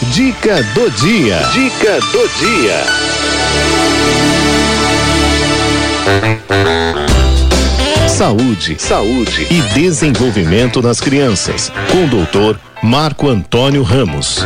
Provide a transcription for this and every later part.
Dica do dia. Dica do dia. Saúde e desenvolvimento das crianças, com o doutor Marco Antônio Ramos.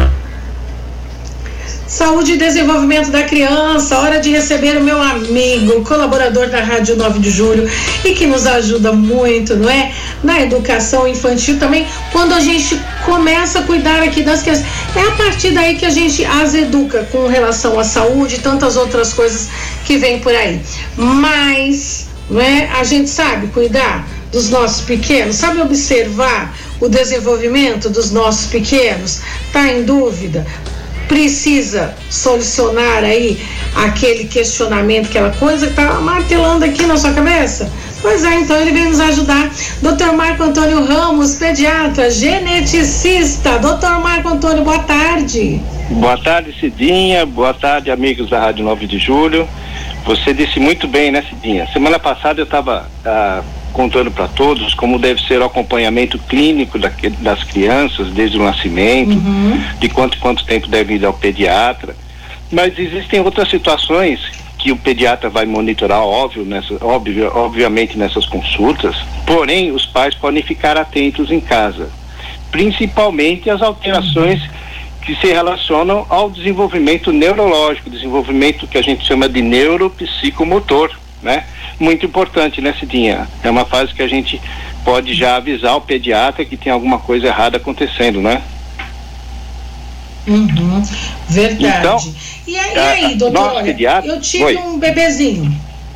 Saúde e desenvolvimento da criança, hora de receber o meu amigo, colaborador da Rádio 9 de Julho e que nos ajuda muito, não é? Na educação infantil também, quando a gente começa a cuidar aqui das crianças. É a partir daí que a gente as educa com relação à saúde e tantas outras coisas que vêm por aí. Mas, não é? A gente sabe cuidar dos nossos pequenos, sabe observar o desenvolvimento dos nossos pequenos? Tá em dúvida? Precisa solucionar aí aquele questionamento, aquela coisa que tá martelando aqui na sua cabeça? Pois é, então ele vem nos ajudar. Dr. Marco Antônio Ramos, pediatra, geneticista. Dr. Marco Antônio, boa tarde. Boa tarde, Cidinha. Boa tarde, amigos da Rádio 9 de Julho. Você disse muito bem, né, Cidinha? Semana passada eu estava contando para todos como deve ser o acompanhamento clínico das crianças desde o nascimento, de quanto tempo deve ir ao pediatra. Mas existem outras situações que o pediatra vai monitorar, obviamente nessas consultas, porém os pais podem ficar atentos em casa, principalmente as alterações que se relacionam ao desenvolvimento neurológico, desenvolvimento que a gente chama de neuropsicomotor, né? Muito importante, né, Cidinha? É uma fase que a gente pode já avisar o pediatra que tem alguma coisa errada acontecendo, né? Verdade. Então, e aí, doutor, olha, pediatra, eu tive um bebezinho.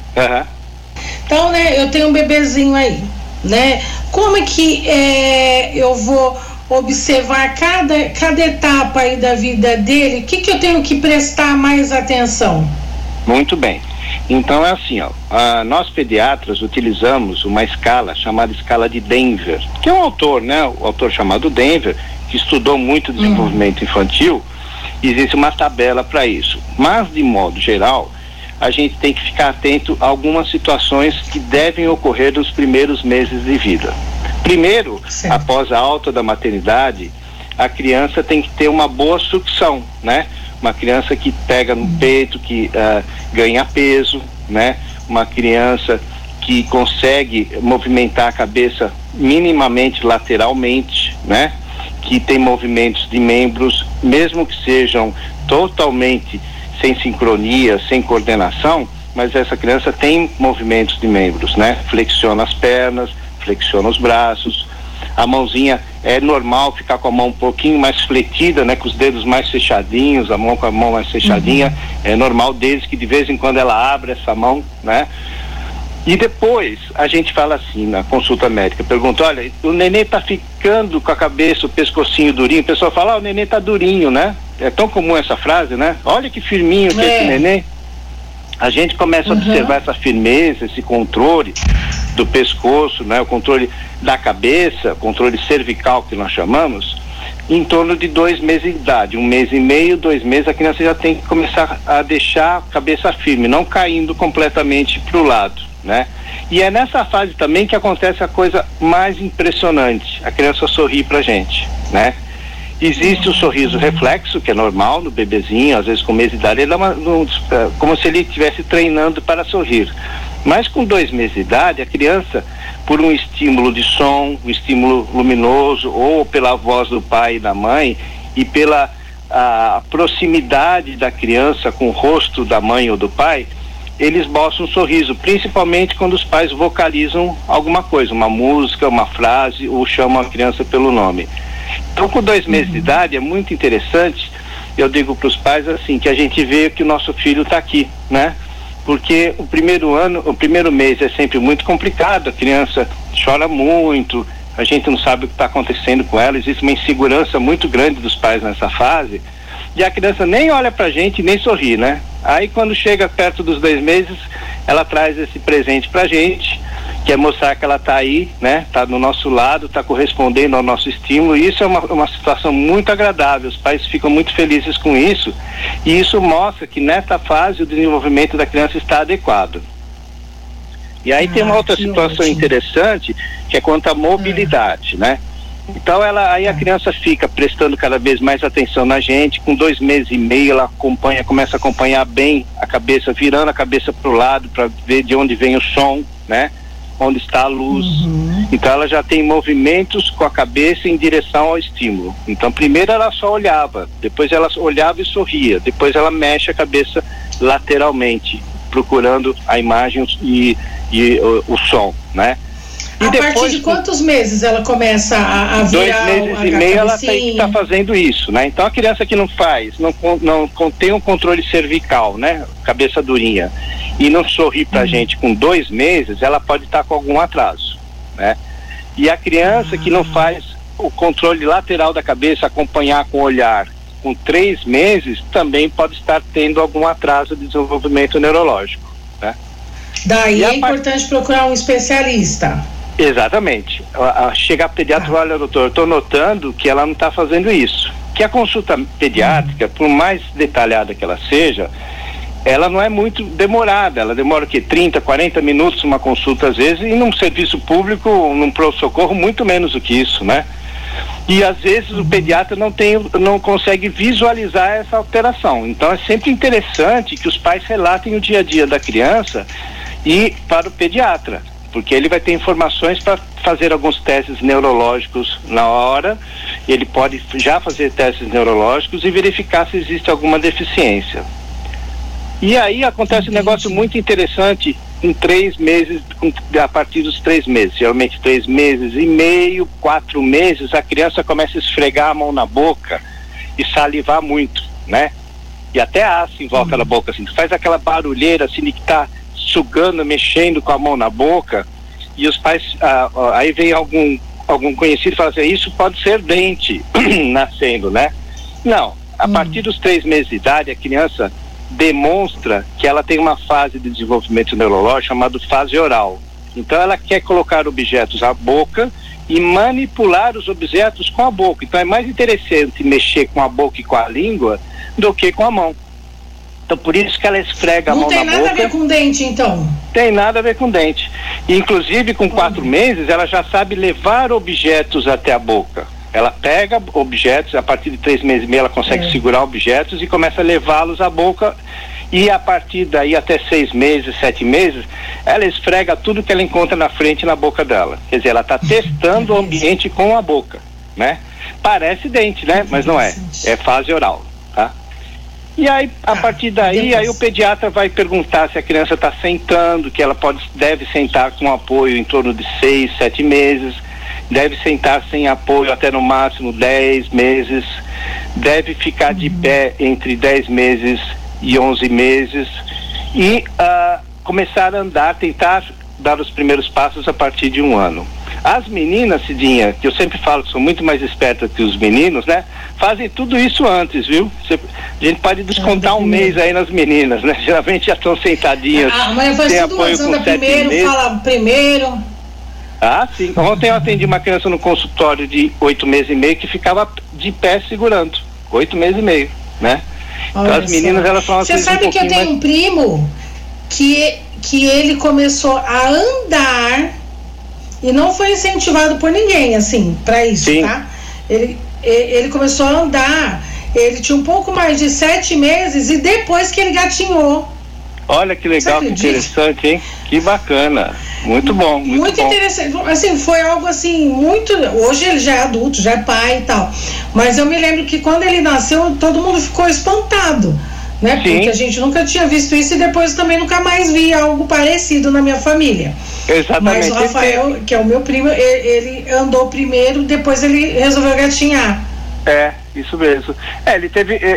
Então, né, eu tenho um bebezinho aí, né? Como é que eu vou observar cada etapa aí da vida dele? O que eu tenho que prestar mais atenção? Muito bem. Então é assim, nós pediatras utilizamos uma escala chamada escala de Denver, que é um autor, né? O autor chamado Denver, que estudou muito desenvolvimento infantil. Existe uma tabela para isso. Mas, de modo geral, a gente tem que ficar atento a algumas situações que devem ocorrer nos primeiros meses de vida. Primeiro, após a alta da maternidade, a criança tem que ter uma boa sucção, né? Uma criança que pega no peito, que ganha peso, né? Uma criança que consegue movimentar a cabeça minimamente lateralmente, né? Que tem movimentos de membros, mesmo que sejam totalmente sem sincronia, sem coordenação, mas essa criança tem movimentos de membros, né? Flexiona as pernas, flexiona os braços, a mãozinha é normal ficar com a mão um pouquinho mais fletida, né? Com os dedos mais fechadinhos, a mão com a mão mais fechadinha, é normal, desde que de vez em quando ela abre essa mão, né? E depois a gente fala assim na consulta médica, pergunta, olha, o neném tá ficando com a cabeça, o pescocinho durinho, o pessoal fala, o neném tá durinho, né? É tão comum essa frase, né? Olha que firminho que é esse neném. A gente começa a observar essa firmeza, esse controle do pescoço, né? O controle da cabeça, controle cervical que nós chamamos, em torno de 2 meses de idade, 1 mês e meio, 2 meses, a criança já tem que começar a deixar a cabeça firme, não caindo completamente para o lado, né? E é nessa fase também que acontece a coisa mais impressionante, a criança sorri pra gente, né? Existe o sorriso reflexo, que é normal no bebezinho, às vezes com 1 mês de idade, ele dá como se ele estivesse treinando para sorrir. Mas com 2 meses de idade, a criança, por um estímulo de som, um estímulo luminoso, ou pela voz do pai e da mãe, e pela proximidade da criança com o rosto da mãe ou do pai, eles mostram um sorriso, principalmente quando os pais vocalizam alguma coisa, uma música, uma frase, ou chamam a criança pelo nome. Então, com 2 meses de idade, é muito interessante, eu digo para os pais assim, que a gente vê que o nosso filho está aqui, né? Porque o primeiro mês é sempre muito complicado, a criança chora muito, a gente não sabe o que está acontecendo com ela, existe uma insegurança muito grande dos pais nessa fase, e a criança nem olha pra gente, nem sorri, né? Aí quando chega perto dos 2 meses, ela traz esse presente pra gente, que é mostrar que ela tá aí, né? Tá do nosso lado, tá correspondendo ao nosso estímulo, e isso é uma situação muito agradável, os pais ficam muito felizes com isso, e isso mostra que nessa fase o desenvolvimento da criança está adequado. E aí tem uma outra situação interessante, que é quanto à mobilidade, né? Então aí a criança fica prestando cada vez mais atenção na gente. Com 2 meses e meio ela começa a acompanhar bem a cabeça, virando a cabeça para o lado para ver de onde vem o som, né? Onde está a luz. Então ela já tem movimentos com a cabeça em direção ao estímulo. Então primeiro ela só olhava, depois ela olhava e sorria, depois ela mexe a cabeça lateralmente, procurando a imagem e o som, né? E a partir de quantos meses ela começa a virar? 2 meses e meio ela está fazendo isso, né? Então a criança que não tem um controle cervical, né? Cabeça durinha, e não sorri pra gente com 2 meses, ela pode estar com algum atraso, né? E a criança que não faz o controle lateral da cabeça, acompanhar com o olhar, com 3 meses, também pode estar tendo algum atraso de desenvolvimento neurológico, né? Daí é importante procurar um especialista. Exatamente. Chegar pediatra e falar: olha, doutor, eu estou notando que ela não está fazendo isso. Que a consulta pediátrica, por mais detalhada que ela seja, ela não é muito demorada. Ela demora o quê? 30, 40 minutos uma consulta às vezes, e num serviço público, num pronto-socorro, muito menos do que isso, né? E às vezes o pediatra não consegue visualizar essa alteração. Então é sempre interessante que os pais relatem o dia a dia da criança e para o pediatra, porque ele vai ter informações para fazer alguns testes neurológicos na hora. Ele pode já fazer testes neurológicos e verificar se existe alguma deficiência. E aí acontece um negócio muito interessante em 3 meses, a partir dos 3 meses, geralmente 3 meses e meio, 4 meses, a criança começa a esfregar a mão na boca e salivar muito, né? E até assa em volta da boca, assim, faz aquela barulheira assim de que tá sugando, mexendo com a mão na boca, e os pais, aí vem algum conhecido e fala assim: isso pode ser dente nascendo, né? Não, a partir dos 3 meses de idade a criança demonstra que ela tem uma fase de desenvolvimento neurológico chamada fase oral. Então ela quer colocar objetos à boca e manipular os objetos com a boca. Então é mais interessante mexer com a boca e com a língua do que com a mão. Então por isso que ela esfrega a mão na boca. Não tem nada a ver com dente, então? Tem nada a ver com dente. Inclusive com 4 meses ela já sabe levar objetos até a boca. Ela pega objetos, a partir de 3 meses e meio ela consegue segurar objetos e começa a levá-los à boca, e a partir daí até 6 meses, 7 meses, ela esfrega tudo que ela encontra na frente na boca dela. Quer dizer, ela está testando o ambiente com a boca, né? Parece dente, né? Mas não é. É fase oral, tá? E aí, a partir daí, aí o pediatra vai perguntar se a criança está sentando, que ela deve sentar com apoio em torno de 6, 7 meses, deve sentar sem apoio até no máximo 10 meses, deve ficar de pé entre 10 meses e 11 meses e começar a andar, tentar dar os primeiros passos a partir de 1 ano. As meninas, Cidinha, que eu sempre falo que são muito mais espertas que os meninos, né? Fazem tudo isso antes, viu? A gente pode descontar 1 mês aí nas meninas, né? Geralmente já estão sentadinhas. Mas faz tudo antes, anda primeiro, fala primeiro. Ah, sim. Ontem eu atendi uma criança no consultório de 8 meses e meio que ficava de pé segurando. 8 meses e meio, né? Então as meninas, elas são assim. Você sabe que eu tenho um primo que ele começou a andar e não foi incentivado por ninguém, assim, pra isso, sim, tá? Ele começou a andar, ele tinha um pouco mais de 7 meses e depois que ele gatinhou. Olha que legal, que interessante, hein? Que bacana. Muito bom, muito bom. Interessante. Assim, foi algo assim, muito... Hoje ele já é adulto, já é pai e tal. Mas eu me lembro que quando ele nasceu, todo mundo ficou espantado, né? Sim. Porque a gente nunca tinha visto isso e depois também nunca mais vi algo parecido na minha família. Exatamente. Mas o Rafael, que é o meu primo, ele andou primeiro, depois ele resolveu gatinhar. É, isso mesmo. Ele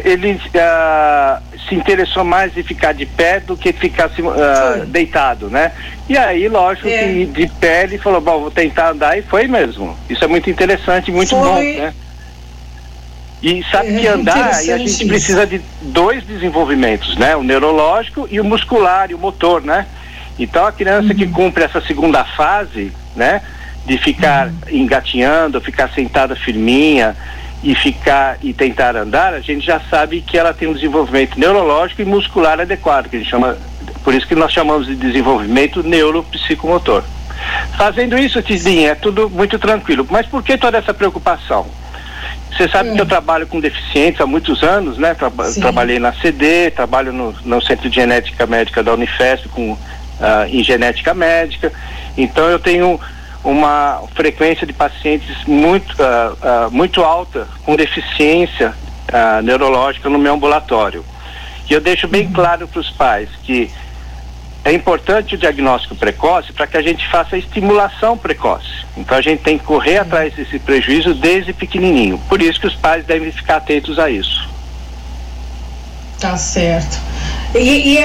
se interessou mais em ficar de pé do que ficar deitado, né? E aí, lógico que de pé ele falou: bom, vou tentar andar, e foi mesmo. Isso é muito interessante, muito bom, né? E sabe que andar, e a gente precisa de 2 desenvolvimentos, né? O neurológico e o muscular e o motor, né? Então a criança que cumpre essa segunda fase, né? De ficar engatinhando, ficar sentada firminha e tentar andar, a gente já sabe que ela tem um desenvolvimento neurológico e muscular adequado, que a gente chama, por isso que nós chamamos de desenvolvimento neuropsicomotor. Fazendo isso, Tizinha, é tudo muito tranquilo. Mas por que toda essa preocupação? Você sabe que eu trabalho com deficientes há muitos anos, né? Trabalhei na CD, trabalho no Centro de Genética Médica da Unifesp em genética médica. Então eu tenho uma frequência de pacientes muito alta com deficiência neurológica no meu ambulatório. E eu deixo bem claro para os pais que é importante o diagnóstico precoce para que a gente faça a estimulação precoce. Então a gente tem que correr atrás desse prejuízo desde pequenininho. Por isso que os pais devem ficar atentos a isso. Tá certo. E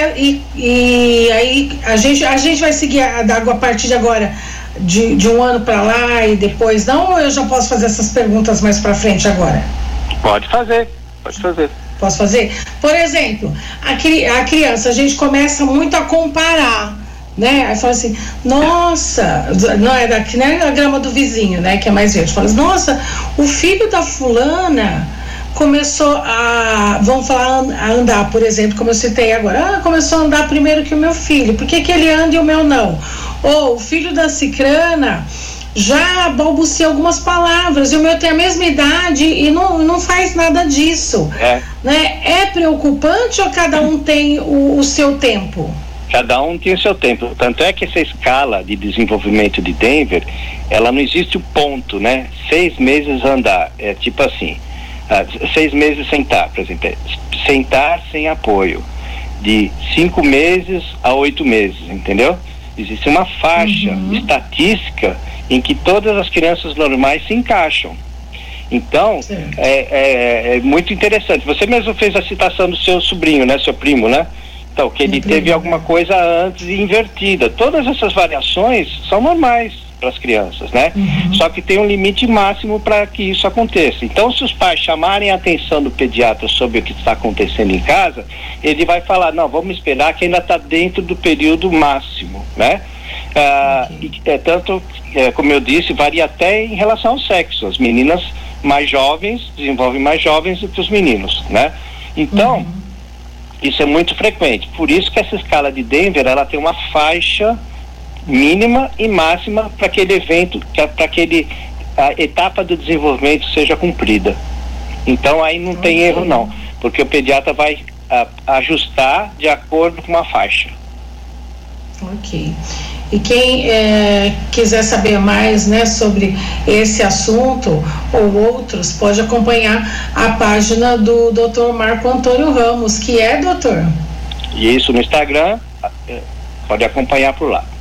aí a gente vai seguir a partir de agora de um ano para lá e depois não, ou eu já posso fazer essas perguntas mais para frente agora? Pode fazer. Posso fazer? Por exemplo, a criança, a gente começa muito a comparar, né? Aí fala assim, nossa, não é a grama do vizinho, né? Que é mais verde. Fala assim, nossa, o filho da fulana começou a andar, por exemplo, como eu citei agora. Começou a andar primeiro que o meu filho. Por que ele anda e o meu não? Ou o filho da cicrana já balbucia algumas palavras e o meu tem a mesma idade e não faz nada disso. Né? É preocupante ou cada um tem o seu tempo? Cada um tem o seu tempo. Tanto é que essa escala de desenvolvimento de Denver, ela não existe o ponto, né? 6 meses andar, é tipo assim, 6 meses sentar, por exemplo, sentar sem apoio, de 5 meses a 8 meses, entendeu? Existe uma faixa estatística em que todas as crianças normais se encaixam. Então, é muito interessante. Você mesmo fez a citação do seu sobrinho, né? Seu primo, né? Então, que ele teve alguma coisa antes e invertida. Todas essas variações são normais para as crianças, né? Só que tem um limite máximo para que isso aconteça. Então, se os pais chamarem a atenção do pediatra sobre o que está acontecendo em casa, ele vai falar, não, vamos esperar que ainda está dentro do período máximo, né? Como eu disse, varia até em relação ao sexo. As meninas mais jovens desenvolvem mais jovens do que os meninos, né? Então, isso é muito frequente. Por isso que essa escala de Denver, ela tem uma faixa mínima e máxima para aquele evento, para a etapa do desenvolvimento seja cumprida. Então aí não tem erro não, porque o pediatra vai ajustar de acordo com uma faixa. Ok. E quem quiser saber mais, né, sobre esse assunto ou outros, pode acompanhar a página do Dr. Marco Antônio Ramos, que é, doutor? Isso, no Instagram, pode acompanhar por lá.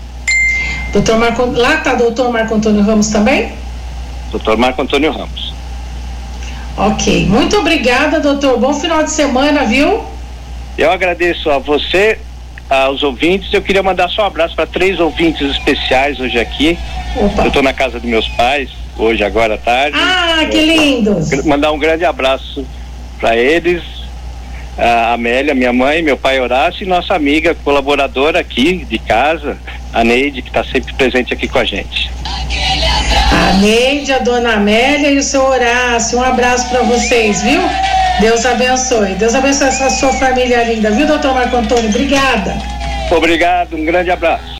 Lá está Dr. Marco Antônio Ramos também? Dr. Marco Antônio Ramos. Ok, muito obrigada, doutor. Bom final de semana, viu? Eu agradeço a você, aos ouvintes. Eu queria mandar só um abraço para 3 ouvintes especiais hoje aqui. Opa. Eu estou na casa dos meus pais, hoje, agora à tarde. Que lindos! Mandar um grande abraço para eles, a Amélia, minha mãe, meu pai Horácio, e nossa amiga colaboradora aqui de casa, a Neide, que está sempre presente aqui com a gente. A Neide, a dona Amélia e o seu Horácio, um abraço para vocês, viu? Deus abençoe. Deus abençoe essa sua família linda, viu, doutor Marco Antônio? Obrigada. Obrigado, um grande abraço.